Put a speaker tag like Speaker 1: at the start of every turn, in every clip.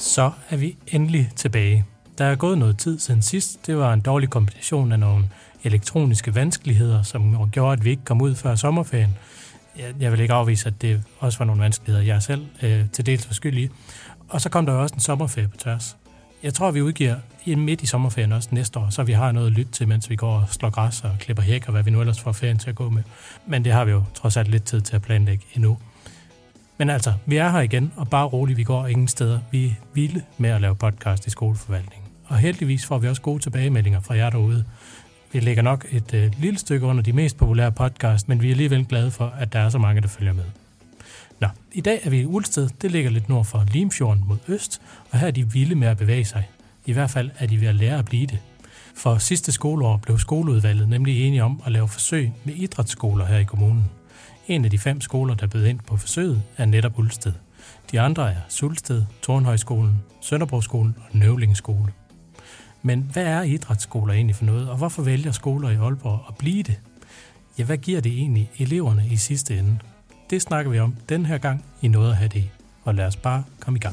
Speaker 1: Så er vi endelig tilbage. Der er gået noget tid siden sidst. Det var en dårlig kombination af nogle elektroniske vanskeligheder, som gjorde, at vi ikke kom ud før sommerferien. Jeg vil ikke afvise, at det også var nogle vanskeligheder, jeg selv til dels var skyld i. Og så kom der også en sommerferie på tværs. Jeg tror, vi udgiver midt i sommerferien også næste år, så vi har noget at lytte til, mens vi går og slår græs og klipper hæk og hvad vi nu ellers får ferien til at gå med. Men det har vi jo trods alt lidt tid til at planlægge endnu. Men altså, vi er her igen, og bare roligt, vi går ingen steder. Vi er vilde med at lave podcast i skoleforvaltningen. Og heldigvis får vi også gode tilbagemeldinger fra jer derude. Vi lægger nok et lille stykke under de mest populære podcast, men vi er alligevel glade for, at der er så mange, der følger med. Nå, i dag er vi i Ulsted. Det ligger lidt nord for Limfjorden mod øst, og her er de vilde med at bevæge sig. I hvert fald er de ved at lære at blive det. For sidste skoleår blev skoleudvalget nemlig enige om at lave forsøg med idrætsskoler her i kommunen. En af de 5 skoler, der bød ind på forsøget, er netop Ulsted. De andre er Sulsted, Tornhøjskolen, Sønderbroskolen og Nøvling skole. Men hvad er idrætsskoler egentlig for noget, og hvorfor vælger skoler i Aalborg at blive det? Ja, hvad giver det egentlig eleverne i sidste ende? Det snakker vi om den her gang i Noget at have det i. Og lad os bare komme i gang.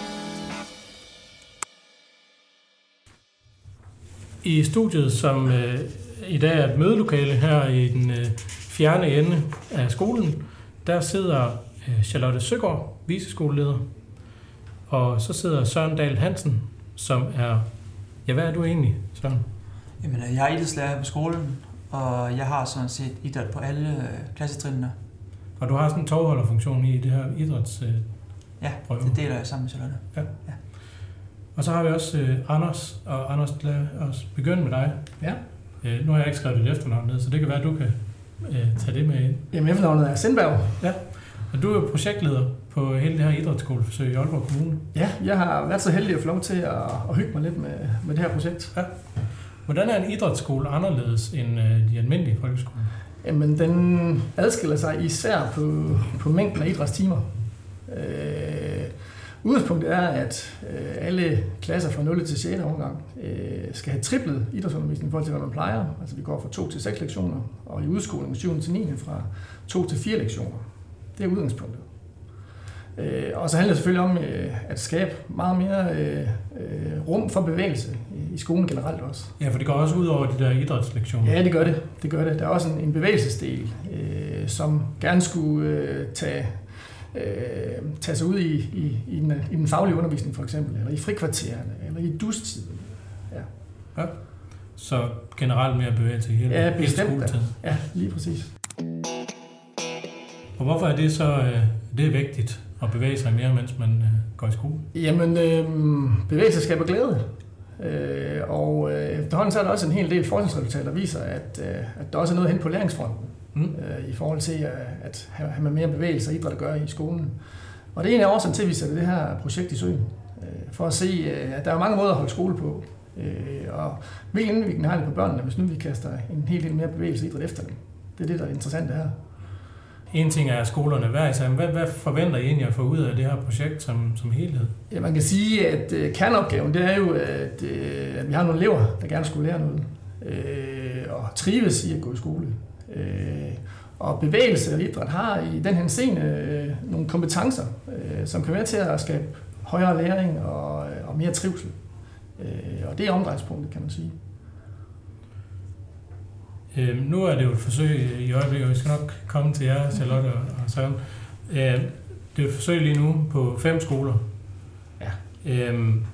Speaker 1: I studiet, som i dag er et mødelokale her i den fjerne ende af skolen, der sidder Charlotte Søgaard, viceskoleleder, og så sidder Søren Dahl Hansen, som er... Ja, hvad er du egentlig, Søren?
Speaker 2: Jamen, jeg er idrætslærer på skolen, og jeg har sådan set idræt på alle klassetrinene.
Speaker 1: Og du har sådan en tovholderfunktion i det her idrætsprøve?
Speaker 2: Ja, det deler jeg sammen med Charlotte.
Speaker 1: Ja. Og så har vi også Anders, og Anders, lad os begynde med dig.
Speaker 3: Ja.
Speaker 1: Nu har jeg ikke skrevet dit efternavn ned, så det kan være, at du kan tage det med ind.
Speaker 3: Jamen, efternavnet er Sindberg.
Speaker 1: Ja, og du er jo projektleder på hele det her idrætsskoleforsøg i Aalborg Kommune.
Speaker 3: Ja, jeg har været så heldig at få lov til at hygge mig lidt med det her projekt.
Speaker 1: Ja. Hvordan er en idrætsskole anderledes end de almindelige folkeskoler?
Speaker 3: Jamen, den adskiller sig især på mængden af idrætstimer. Udgangspunktet er, at alle klasser fra 0. til 6. årgang skal have triplet idrætsundervisning i forhold til, hvad man plejer. Altså vi går fra 2 til 6 lektioner, og i udskolingen 7. til 9. fra 2 til 4 lektioner. Det er udgangspunktet. Og så handler det selvfølgelig om at skabe meget mere rum for bevægelse i skolen generelt også.
Speaker 1: Ja, for det går også ud over de der idrætslektioner.
Speaker 3: Ja, det gør det. Der er også en bevægelsesdel, som gerne skulle tage sig ud i den faglige undervisning for eksempel, eller i frikvartererne, eller i dustiden.
Speaker 1: Ja. Så generelt mere bevægelse i hele skoletiden.
Speaker 3: Ja, lige præcis.
Speaker 1: Og hvorfor er det så det er vigtigt at bevæge sig mere, mens man går i skole?
Speaker 3: Jamen, bevægelse skaber glæde. Og efterhånden så er der også en hel del forskningsresultater, der viser, at der også er noget hen på læringsfronten. I forhold til at have med mere bevægelse og idræt at gøre i skolen. Og det er en af årsagen til, at vi sætter det her projekt i søen. For at se, at der er mange måder at holde skole på. Og hvilken indvirkning har det på børnene, hvis nu vi kaster en hel del mere bevægelse og idræt efter dem. Det er det, der er interessant her. En
Speaker 1: ting er skolerne hver især. Hvad forventer I egentlig at få ud af det her projekt som helhed?
Speaker 3: Ja, man kan sige, at kerneopgaven det er jo, at vi har nogle elever, der gerne skulle lære noget. Og trives i at gå i skole. Og bevægelse og idræt har i den henseende nogle kompetencer, som kan være til at skabe højere læring og mere trivsel. Og det er omdrejningspunktet, kan man sige.
Speaker 1: Nu er det jo et forsøg i øjeblikket, og vi skal nok komme til jer, Charlotte og Søren. Det er et forsøg lige nu på 5 skoler.
Speaker 3: Ja.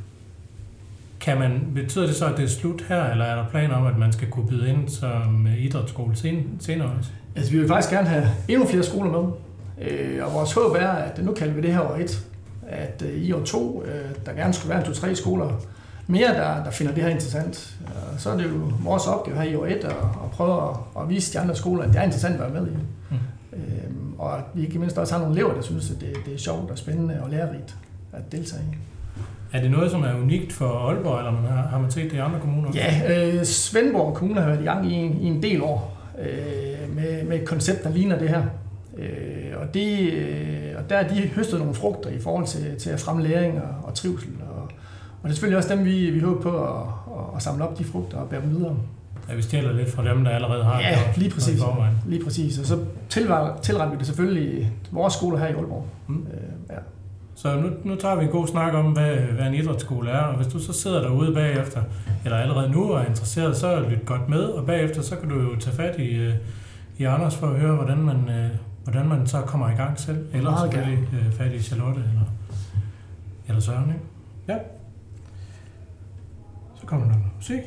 Speaker 1: Betyder det så, at det er slut her, eller er der planer om, at man skal kunne byde ind som idrætsskole senere også?
Speaker 3: Altså, vi vil faktisk gerne have endnu flere skoler med. Og vores håb er, at nu kalder vi det her år 1, at i år 2, der gerne skulle være 2-3 skoler mere, der finder det her interessant. Så er det jo vores opgave her i år 1 at prøve at vise de andre skoler, at det er interessant at være med i. Og at vi ikke mindst også har nogle elever, der synes, at det er sjovt og spændende og lærerigt at deltage i.
Speaker 1: Er det noget, som er unikt for Aalborg, eller har man set det i andre kommuner?
Speaker 3: Ja, Svendborg Kommune har været i gang i en del år med et koncept, der ligner det her. Og der er de høstet nogle frugter i forhold til at fremme læring og trivsel. Og det er selvfølgelig også dem, vi håber på at samle op de frugter og bære dem videre.
Speaker 1: Ja, vi stjæler lidt fra dem, der allerede har
Speaker 3: det. Lige præcis. Og så tilretter vi det selvfølgelig vores skoler her i Aalborg.
Speaker 1: Så nu tager vi en god snak om, hvad en idrætsskole er, og hvis du så sidder derude bagefter, eller allerede nu er interesseret, så lyt godt med, og bagefter så kan du jo tage fat i Anders for at høre, hvordan man så kommer i gang selv, eller selvfølgelig fat i Charlotte eller Søren, ikke? Ja. Så kommer der noget musik.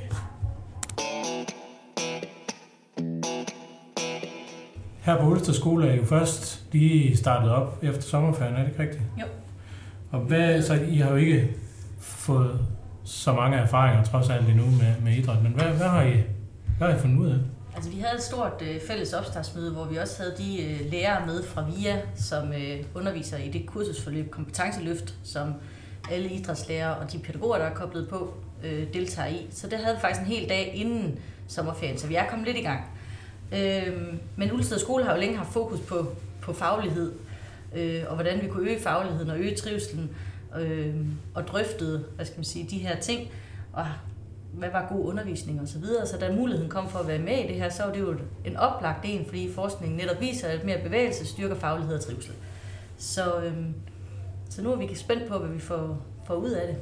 Speaker 1: Her på Ulsted Skole er jo først lige startet op efter sommerferien, er det ikke rigtigt?
Speaker 4: Jo.
Speaker 1: Og så I har jo ikke fået så mange erfaringer trods alt endnu med idræt, men hvad har I fundet ud af?
Speaker 4: Altså vi havde et stort fælles opstartsmøde, hvor vi også havde de lærere med fra VIA, som underviser i det kursusforløb Kompetenceløft, som alle idrætslærere og de pædagoger, der er koblet på, deltager i. Så det havde vi faktisk en hel dag inden sommerferien, så vi er kommet lidt i gang. Men Ulsted Skole har jo længe haft fokus på faglighed, og hvordan vi kunne øge fagligheden og øge trivselen, og drøftede, de her ting, og hvad var god undervisning og så videre. Så da muligheden kom for at være med i det her, så var det jo en oplagt en, fordi forskningen netop viser, at mere bevægelse styrker faglighed og trivsel. Så nu er vi spændt på, hvad vi får ud af det.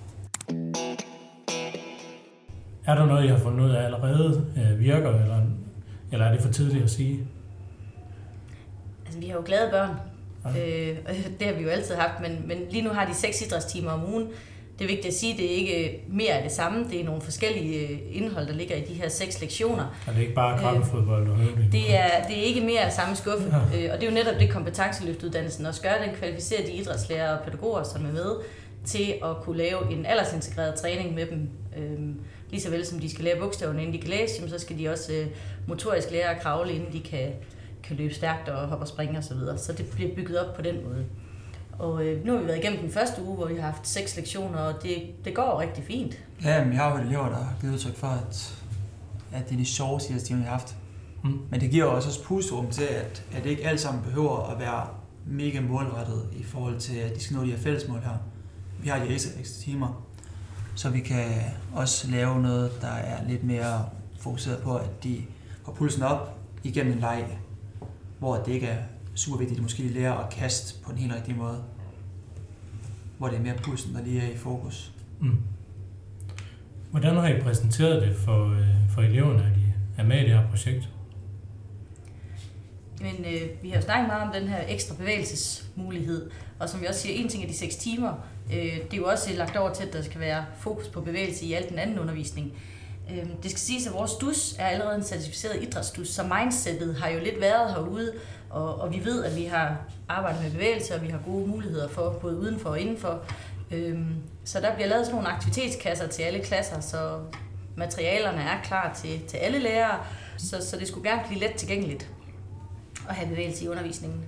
Speaker 1: Er der noget, I har fundet ud af allerede virker, eller er det for tidligt at sige?
Speaker 4: Altså, vi har jo glade børn. Ja. Det har vi jo altid haft, men lige nu har de 6 idrætstimer om ugen. Det er vigtigt at sige, at det er ikke mere af det samme. Det er nogle forskellige indhold, der ligger i de her 6 lektioner.
Speaker 1: Og det er ikke bare krabbefodbold og høvling?
Speaker 4: Det er ikke mere af samme skuffe. Ja. Og det er jo netop det kompetenceløftuddannelsen også gør. Den kvalificerer de idrætslærere og pædagoger, som er med, til at kunne lave en aldersintegreret træning med dem. Lige så vel som de skal lære bogstaverne, inden de kan læse, så skal de også motorisk lære at kravle, inden de kan løbe stærkt og hoppe og springe osv. Så det bliver bygget op på den måde. Og nu har vi været igennem den første uge, hvor vi har haft 6 lektioner, og det går rigtig fint.
Speaker 2: Ja, men jeg har jo elever, der har givet udtryk for, at det er de sjoveste idrætstimer, vi har haft. Men det giver også pusterum til, at det ikke alt sammen behøver at være mega målrettet i forhold til, at de skal nå de her fællesmål her. Vi har de ekstra timer, så vi kan også lave noget, der er lidt mere fokuseret på, at de får pulsen op igennem en leg, hvor det ikke er super vigtigt, at de måske lærer at kaste på en helt rigtig måde, hvor det er mere pulsen, der lige er i fokus.
Speaker 1: Hvordan har I præsenteret det for eleverne, at I er med i det her projekt?
Speaker 4: Men vi har jo snakket meget om den her ekstra bevægelsesmulighed, og som vi også siger, en ting er de 6 timer. Det er jo også lagt over til, at der skal være fokus på bevægelse i al den anden undervisning. Det skal siges, at vores DUS er allerede en certificeret idrætsdus, så mindsetet har jo lidt været herude, og vi ved, at vi har arbejdet med bevægelse, og vi har gode muligheder for både udenfor og indenfor. Så der bliver lavet sådan nogle aktivitetskasser til alle klasser, så materialerne er klar til alle lærere, så det skulle gerne blive let tilgængeligt at have bevægelse i undervisningen.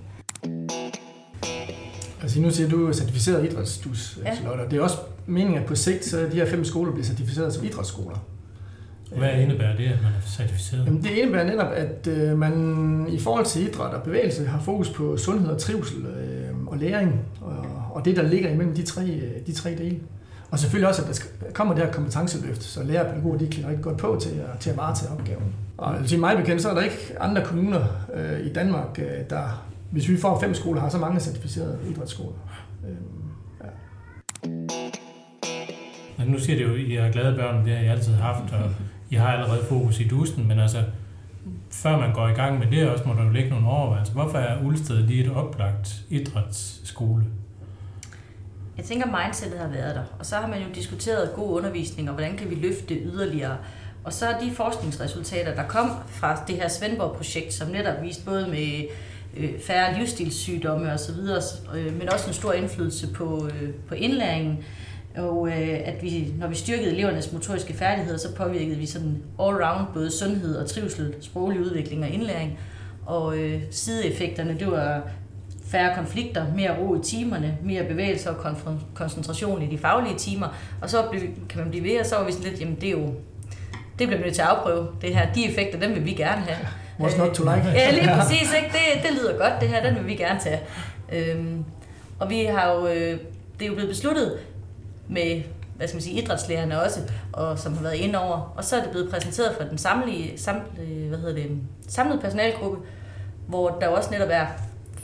Speaker 3: Altså nu siger du certificeret idrætsdus, ja. Charlotte. Det er også meningen, at på sigt, så de her 5 skoler bliver certificeret som idrætsskoler.
Speaker 1: Hvad indebærer det, at man er certificeret?
Speaker 3: Jamen, det indebærer netop, at man i forhold til idræt og bevægelse har fokus på sundhed og trivsel og læring, og det, der ligger imellem de tre dele. Og selvfølgelig også, at der kommer det her kompetenceløft, så lærer og pædagoger, de klæder rigtig godt på til at varetage opgaven. Og til mig bekendt, så er der ikke andre kommuner i Danmark, der, hvis vi får 5 skoler, har så mange certificerede idrætsskoler. Ja.
Speaker 1: Altså, nu siger det jo, at I har glade børn, det har I altid haft, og I har allerede fokus i dusten, men altså, før man går i gang med det også, må der jo ligge nogle overvejelser. Hvorfor er Ulsted lige et oplagt idrætsskole?
Speaker 4: Jeg tænker, mindsetet har været der, og så har man jo diskuteret god undervisning, og hvordan kan vi løfte det yderligere. Og så de forskningsresultater, der kom fra det her Svendborg-projekt, som netop viste både med færre livsstilssygdomme osv., men også en stor indflydelse på indlæringen, og at vi, når vi styrkede elevernes motoriske færdigheder, så påvirkede vi sådan all-round både sundhed og trivsel, sproglig udvikling og indlæring. Og sideeffekterne, det var færre konflikter, mere ro i timerne, mere bevægelse og koncentration i de faglige timer. Og så kan man blive ved, og så var vi sådan lidt, jamen det bliver vi nødt til at afprøve. Det her, de effekter, dem vil vi gerne have.
Speaker 3: What's not to like?
Speaker 4: Ja, lige præcis. Ikke? Det lyder godt, det her, den vil vi gerne tage. Og vi har jo, det er jo blevet besluttet med, idrætslærerne også, og som har været inde over. Og så er det blevet præsenteret for den samlede personalgruppe, hvor der også netop er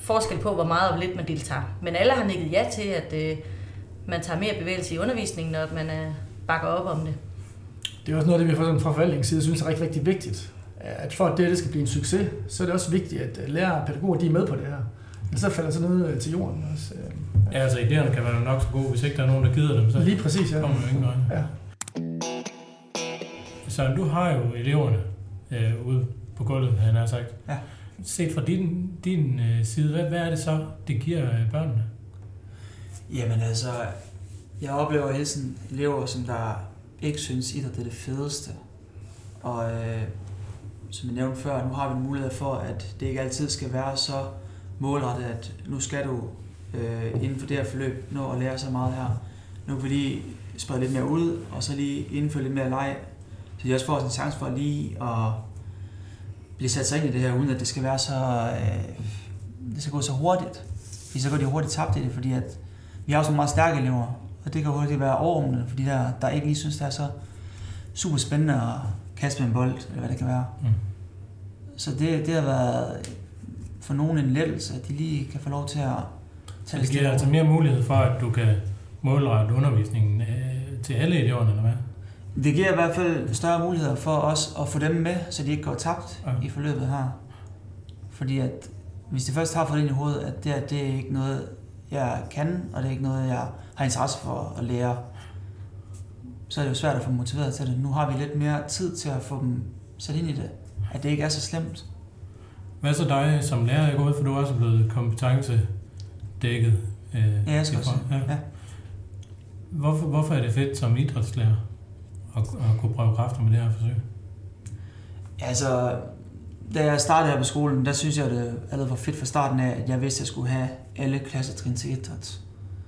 Speaker 4: forskel på, hvor meget og hvor lidt man deltager. Men alle har nikket ja til, at man tager mere bevægelse i undervisningen, og at man bakker op om det.
Speaker 3: Det er også noget, det vi fra forvaltningens side synes er rigtig, rigtig vigtigt. At for at det skal blive en succes, så er det også vigtigt, at lærere og pædagoger de er med på det her. Og så falder sådan noget til jorden også.
Speaker 1: Ja, altså idéerne kan være nok så gode, hvis ikke der er nogen, der gider dem, så
Speaker 3: lige præcis, ja.
Speaker 1: kommer jo ingen øjne.
Speaker 3: Ja.
Speaker 1: Så du har jo eleverne ude på gulvet, han har sagt.
Speaker 2: Ja.
Speaker 1: Set fra din side, hvad er det så, det giver børnene?
Speaker 2: Jamen altså, jeg oplever hele tiden elever, som der ikke synes, idræt er det fedeste. Og som jeg nævnte før, nu har vi en mulighed for, at det ikke altid skal være så målrettet, at nu skal du inden for det her forløb nå at lære så meget her. Nu kan vi lige sprede lidt mere ud, og så lige indføre lidt mere leg, så de også får en chance for lige at blive sat sig ind i det her, uden at det skal være så, det skal gå så hurtigt. Fordi så går de hurtigt tabt i det, fordi at vi har også nogle meget stærke elever, og det kan hurtigt være overrumpende, fordi der ikke lige synes, det er så super spændende at kaste med en bold, eller hvad det kan være. Mm. Så det har været for nogen en lettelse, at de lige kan få lov til at tage
Speaker 1: det giver altså mere mulighed for, at du kan målrette undervisningen til alle eleverne, eller hvad?
Speaker 2: Det giver i hvert fald større muligheder for os at få dem med, så de ikke går tabt i forløbet her. Fordi at hvis de først har fået ind i hovedet, at det er ikke noget, jeg kan, og det er ikke noget, jeg har interesse for at lære, så er det jo svært at få motiveret til det. Nu har vi lidt mere tid til at få dem sat ind i det, at det ikke er så slemt.
Speaker 1: Hvad så dig som lærer? Jeg går ud, for du er også blevet kompetencedækket.
Speaker 2: Ja, jeg skal også. Ja.
Speaker 1: Hvorfor er det fedt som idrætslærer at kunne prøve kræfter med det her forsøg?
Speaker 2: Altså, da jeg startede her på skolen, der synes jeg, det allerede var fedt fra starten af, at jeg vidste, at jeg skulle have alle klassetrin til idræt.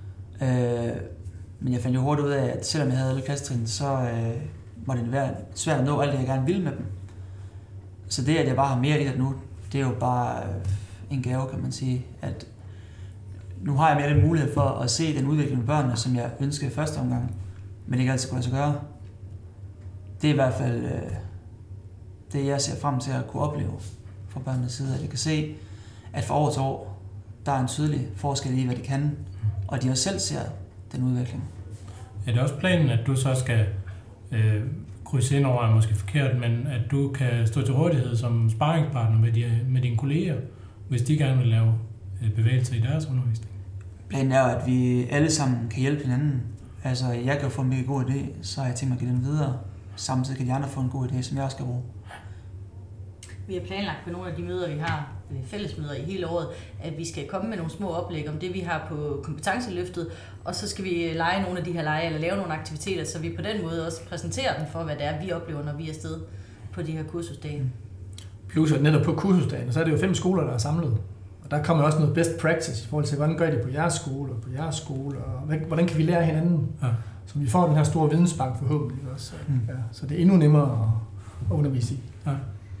Speaker 2: Men jeg fandt jo hurtigt ud af, at selvom jeg havde alle klassetrin, så var det svært at nå alt det, jeg gerne ville med dem. Så det, at jeg bare har mere idræt nu, det er jo bare en gave, kan man sige. At nu har jeg mere den mulighed for at se den udvikling med børnene, som jeg ønskede i første omgang, men ikke altid kunne lade sig gøre. Det er i hvert fald det, jeg ser frem til at kunne opleve fra børnenes side, at jeg kan se, at fra år til år, der er en tydelig forskel i, hvad de kan, og de også selv ser den udvikling.
Speaker 1: Er det også planen, at du så skal krydse ind over, måske forkert, men at du kan stå til rådighed som sparringspartner med dine kolleger, hvis de gerne vil lave bevægelser i deres undervisning?
Speaker 2: Planen er, at vi alle sammen kan hjælpe hinanden. Altså, jeg kan få en mega god idé, så har jeg tænkt mig at give den videre. Samtidig kan de andre få en god idé, som jeg også skal bruge.
Speaker 4: Vi har planlagt på nogle af de møder, vi har, fællesmøder i hele året, at vi skal komme med nogle små oplæg om det, vi har på kompetenceløftet, og så skal vi lege nogle af de her lege, eller lave nogle aktiviteter, så vi på den måde også præsenterer dem for, hvad det er, vi oplever, når vi er afsted på de her kursusdage.
Speaker 3: Plus at netop på kursusdagen, så er det jo 5 skoler, der er samlet. Og der kommer også noget best practice i forhold til, hvordan gør de på jeres skole og på jeres skole, og hvordan kan vi lære hinanden, så vi får den her store vidensbank forhåbentlig også. Ja, så det er endnu nemmere at undervise i. Ja.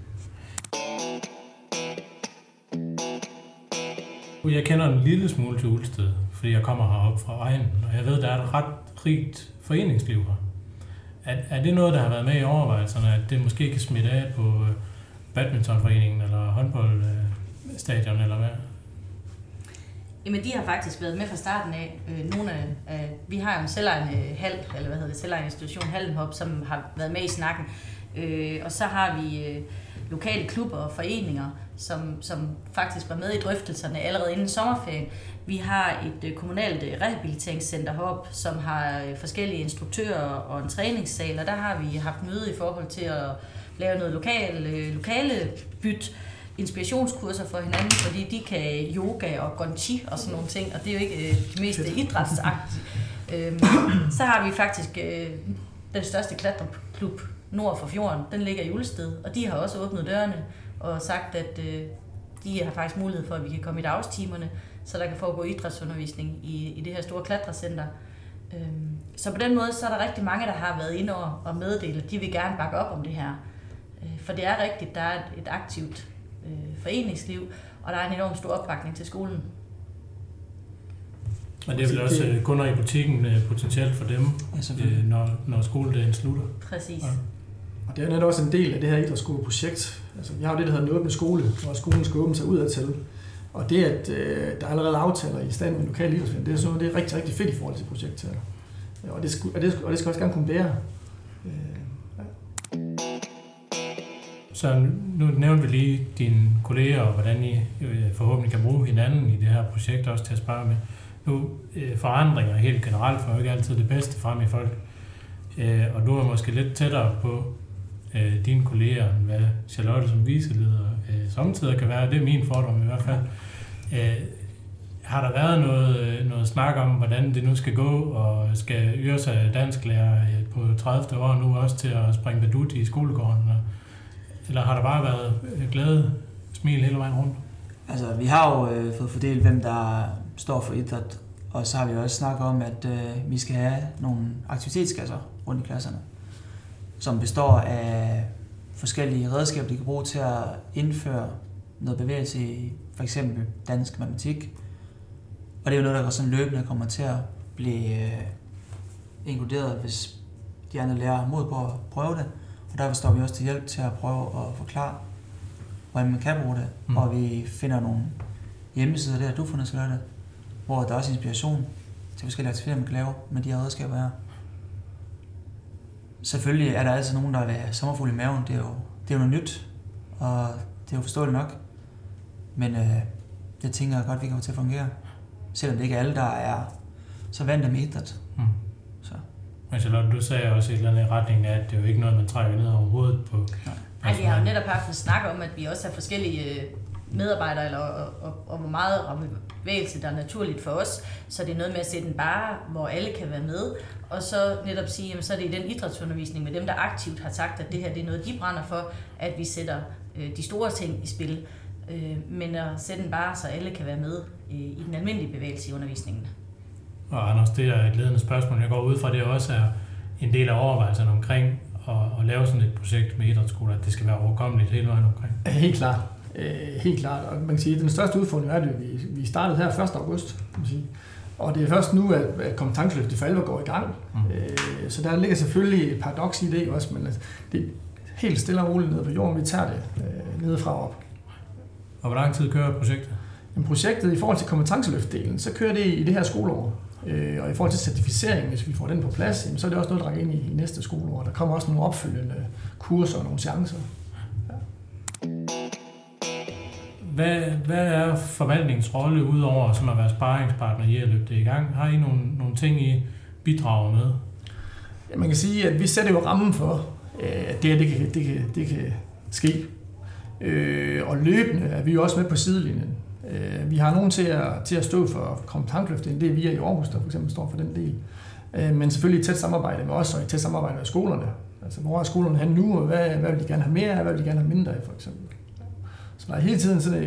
Speaker 1: Jeg kender en lille smule til Ulsted, fordi jeg kommer heroppe fra egnen, og jeg ved, der er et ret rigt foreningsliv her. Er det noget, der har været med i overvejelserne, at det måske kan smitte af på badmintonforeningen eller håndboldstadion eller hvad?
Speaker 4: Jamen, de har faktisk været med fra starten af. Vi har jo en selvejende selvejende institution, Hallenhop, som har været med i snakken. Og så har vi lokale klubber og foreninger, som faktisk var med i drøftelserne allerede inden sommerferien. Vi har et kommunalt rehabiliteringscenter heroppe, som har forskellige instruktører og en træningssal, og der har vi haft møde i forhold til at lave noget lokale byt, inspirationskurser for hinanden, fordi de kan yoga og gonchi og sådan nogle ting, og det er jo ikke det mest idrætsagtige. Så har vi faktisk den største klatreklub nord for fjorden, den ligger i Ulsted, og de har også åbnet dørene og sagt, at de har faktisk mulighed for, at vi kan komme i dagstimerne, så der kan foregå idrætsundervisning i det her store klatrecenter. Så på den måde, så er der rigtig mange, der har været inde og meddele, de vil gerne bakke op om det her. For det er rigtigt, der er et aktivt foreningsliv, og der er en enorm stor opbakning til skolen.
Speaker 1: Og det er vel også kunder i butikken potentielt for dem, når skoledagen slutter?
Speaker 4: Præcis. Ja.
Speaker 3: Og det er netop også en del af det her idrætsskoleprojekt. Altså, vi har jo det, der hedder en åbne skole, hvor skolen skal åbne sig udadtil. Og det, at der er allerede aftaler i stand med lokale idrætsforeninger, det er sådan noget, det er rigtig, rigtig fedt i forhold til projektet. Og det skal også gerne kunne bære.
Speaker 1: Så nu nævnte vi lige dine kolleger, og hvordan I forhåbentlig kan bruge hinanden i det her projekt også til at spare med. Nu, forandringer helt generelt får jo ikke altid det bedste frem i folk. Og du er måske lidt tættere på dine kolleger, end hvad Charlotte som viceleder samtidig kan være. Det er min fordom i hvert fald. Har der været noget snak om, hvordan det nu skal gå, og skal yde sig dansklærer på 30. år nu også til at springe badut i skolegården? Eller har der bare været glæde, smil hele vejen rundt?
Speaker 2: Altså, vi har jo fået fordelt, hvem der står for idræt, og så har vi også snakket om, at vi skal have nogle aktivitetskasser rundt i klasserne, som består af forskellige redskaber, de kan bruge til at indføre noget bevægelse i for eksempel dansk matematik. Og det er jo noget, der sådan løbende kommer til at blive inkluderet, hvis de andre lærere har mod på at prøve det. Og derfor står vi også til hjælp til at prøve at forklare, hvordan man kan bruge det. Og vi finder nogle hjemmesider der, du fundet skal gøre det, hvor der er også inspiration til forskellige aktiviteter, man kan lave med de her redskaber her. Selvfølgelig er der altid nogen, der vil have sommerfugl i maven. Det er jo noget nyt, og det er jo forståeligt nok. Men det tænker jeg godt, vi kan få til at fungere. Selvom det ikke er alle, der er så vant med idræt. Så.
Speaker 1: Men Charlotte, du sagde også et eller andet i retning af, at det er jo ikke noget, man trækker ned over hovedet på.
Speaker 4: Nej, vi har jo netop haft en snak om, at vi også har forskellige medarbejdere, og hvor meget bevægelse, der er naturligt for os. Så det er noget med at sætte en barre, hvor alle kan være med, og så netop sige, jamen, så er det i den idrætsundervisning med dem, der aktivt har sagt, at det her det er noget, de brænder for, at vi sætter de store ting i spil. Men at sætte en barre, så alle kan være med i den almindelige bevægelse i undervisningen.
Speaker 1: Og Anders, det er et ledende spørgsmål. Jeg går ud fra, at det også er en del af overvejelserne omkring at lave sådan et projekt med idrætsskoler, at det skal være overkommeligt hele vejen omkring.
Speaker 3: Helt klart. Helt klart. Og man kan sige, at den største udfordring er, at vi startede her 1. august. Kan man sige. Og det er først nu, at kompetenceløftet for alvor går i gang. Så der ligger selvfølgelig et paradoks i det også, men det er helt stille og roligt nede på jorden. Vi tager det nedefra op.
Speaker 1: Og hvor lang tid kører projektet?
Speaker 3: Jamen, projektet i forhold til kompetenceløftdelen, så kører det i det her skoleår. Og i forhold til certificering, hvis vi får den på plads, så er det også noget, der rækker ind i næste skoleår. Der kommer også nogle opfølgende kurser og nogle chancer. Ja.
Speaker 1: Hvad er forvaltningens rolle udover som at være sparringspartner i at løbe det i gang? Har I nogle ting, I bidrager med?
Speaker 3: Ja, man kan sige, at vi sætter jo rammen for, at det kan ske. Og løbende er vi jo også med på sidelinjen. Vi har nogen til at stå for kompetenceløftet, det er vi i Aarhus, der for eksempel står for den del. Men selvfølgelig i tæt samarbejde med os og i tæt samarbejde med skolerne. Altså, hvor er skolerne hen nu, og hvad vil de gerne have mere af, hvad vil de gerne have mindre af, for eksempel. Så der er hele tiden sådan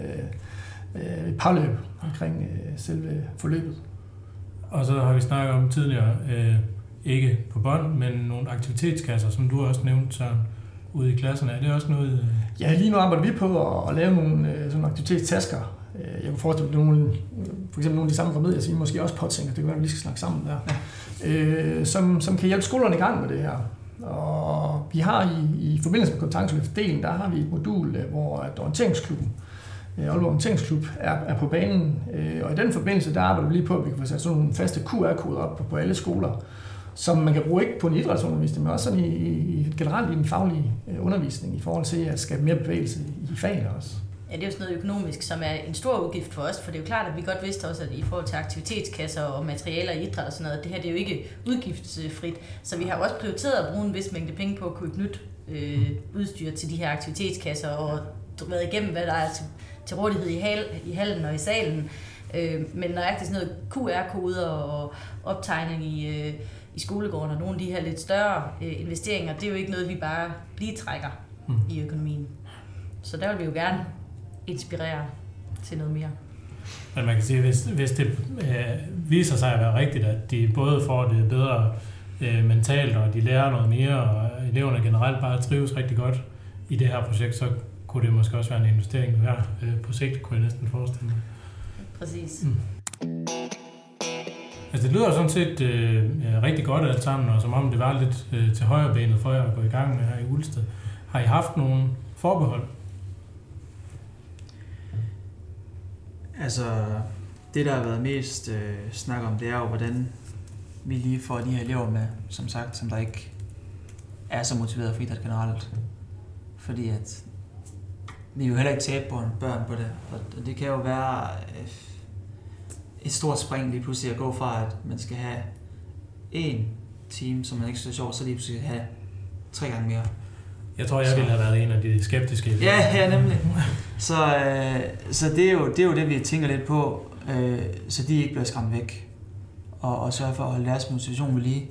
Speaker 3: et parløb omkring selve forløbet.
Speaker 1: Og så har vi snakket om tidligere, ikke på bånd, men nogle aktivitetskasser, som du også nævnte, Søren, ude i klasserne. Er det også noget? Ja,
Speaker 3: lige nu arbejder vi på at lave nogle sådan aktivitetstasker. Jeg kunne forestille mig, for eksempel nogle af de samme remedier, som I måske også påtænker, det kan være, at vi lige skal snakke sammen der, ja. Som kan hjælpe skolerne i gang med det her. Og vi har i forbindelse med kompetenceløftdelen, der har vi et modul, hvor orienteringsklubben, Aalborg Orienteringsklub, er på banen. Og i den forbindelse, der arbejder vi lige på, at vi kan få sat sådan nogle faste QR-koder op på alle skoler, som man kan bruge ikke på en idrætsundervisning, men også sådan generelt i den faglige undervisning i forhold til at skabe mere bevægelse i fagene også.
Speaker 4: Ja, det er jo sådan noget økonomisk, som er en stor udgift for os, for det er jo klart, at vi godt vidste også, at i forhold til aktivitetskasser og materialer i idræt og sådan noget, det her det er jo ikke udgiftsfrit, så vi har også prioriteret at bruge en vis mængde penge på at købe nyt udstyr til de her aktivitetskasser og været igennem, hvad der er til rådighed i hallen og i salen, men nøjagtigt sådan noget QR-koder og optegning i skolegården og nogle af de her lidt større investeringer, det er jo ikke noget, vi bare lige trækker i økonomien. Så der vil vi jo gerne inspirere til noget mere.
Speaker 1: Men man kan sige, hvis det viser sig at være rigtigt, at de både får det bedre mentalt, og de lærer noget mere, og eleverne generelt bare trives rigtig godt i det her projekt, så kunne det måske også være en investering her på sigt, kunne jeg næsten forestille mig.
Speaker 4: Præcis.
Speaker 1: Altså det lyder sådan set rigtig godt alt sammen, og som om det var lidt til højre benet for jer at gå i gang med her i Ulsted. Har I haft nogle forbehold?
Speaker 2: Altså, det der har været mest snak om, det er jo, hvordan vi lige får de her elever med, som sagt, som der ikke er så motiveret for idræt generelt. Fordi at vi jo heller ikke tabe på børn på det. Og det kan jo være et stort spring lige pludselig at gå fra, at man skal have en time, som man ikke synes er sjovt, så lige pludselig have 3 gange mere.
Speaker 1: Jeg tror, jeg ville have været en af de skeptiske.
Speaker 2: Ja, nemlig. Så det er jo det, vi tænker lidt på, så de ikke bliver skræmt væk. Og sørge for at holde deres motivation ved lige.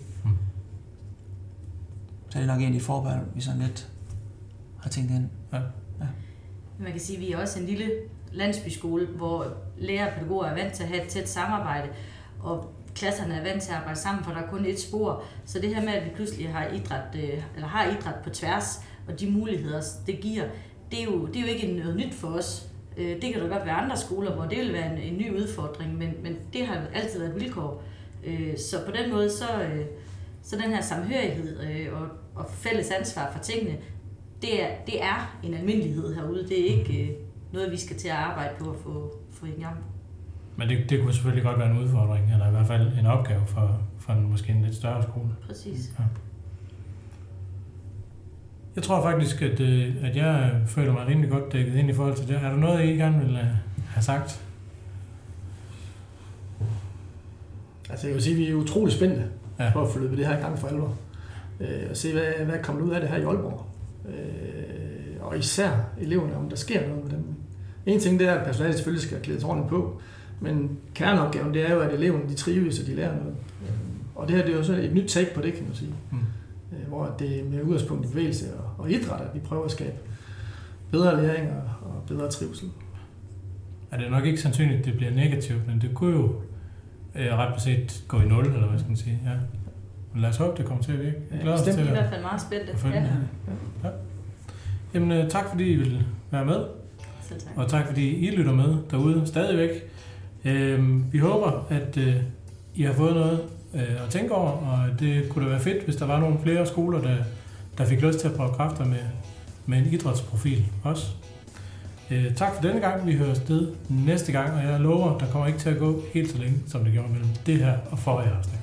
Speaker 2: Så er det nok en af de forbehold, vi sådan lidt har tænkt ind.
Speaker 1: Ja.
Speaker 4: Man kan sige, at vi er også en lille landsbyskole, hvor lærere og pædagoger er vant til at have et tæt samarbejde, og klasserne er vant til at arbejde sammen, for der er kun et spor. Så det her med, at vi pludselig har idræt på tværs, og de muligheder, det giver, det er jo ikke noget nyt for os. Det kan da godt være andre skoler, hvor det vil være en ny udfordring, men det har altid været et vilkår. Så på den måde, så den her samhørighed og fælles ansvar for tingene, det er en almindelighed herude. Det er ikke noget, vi skal til at arbejde på at få i gang.
Speaker 1: Men det kunne selvfølgelig godt være en udfordring, eller i hvert fald en opgave for måske en lidt større skole.
Speaker 4: Præcis.
Speaker 1: Ja. Jeg tror faktisk, at jeg føler mig rimelig godt dækket ind i forhold til det. Er der noget, I gerne vil have sagt?
Speaker 3: Altså jeg vil sige, at vi er utrolig spændte på at få løbet det her i gang for alvor. Og se, hvad kommer ud af det her i Aalborg. Og især eleverne, om der sker noget med dem. En ting det er, at personalet selvfølgelig skal klædes ordentligt på, men kerneopgaven det er jo, at eleverne de trives, og de lærer noget. Og det her det er jo så et nyt take på det, kan man sige. Hvor det er med udgangspunkt i bevægelse og idræt, at vi prøver at skabe bedre læring og bedre trivsel.
Speaker 1: Er det nok ikke sandsynligt, at det bliver negativt, men det kunne jo ret beset gå i 0, eller hvad skal man sige. Ja. Men lad os håbe, det kommer til at virke.
Speaker 4: Det er i hvert fald meget spændende.
Speaker 1: Ja. Jamen, tak fordi I ville være med.
Speaker 4: Selv tak.
Speaker 1: Og tak fordi I lytter med derude stadigvæk. Vi håber, at I har fået noget at tænke over, og det kunne da være fedt, hvis der var nogle flere skoler, der fik lyst til at prøve kræfter med en idrætsprofil også. Tak for denne gang. Vi høres ved næste gang, og jeg lover, der kommer ikke til at gå helt så længe, som det gjorde mellem det her og forrige afsnit.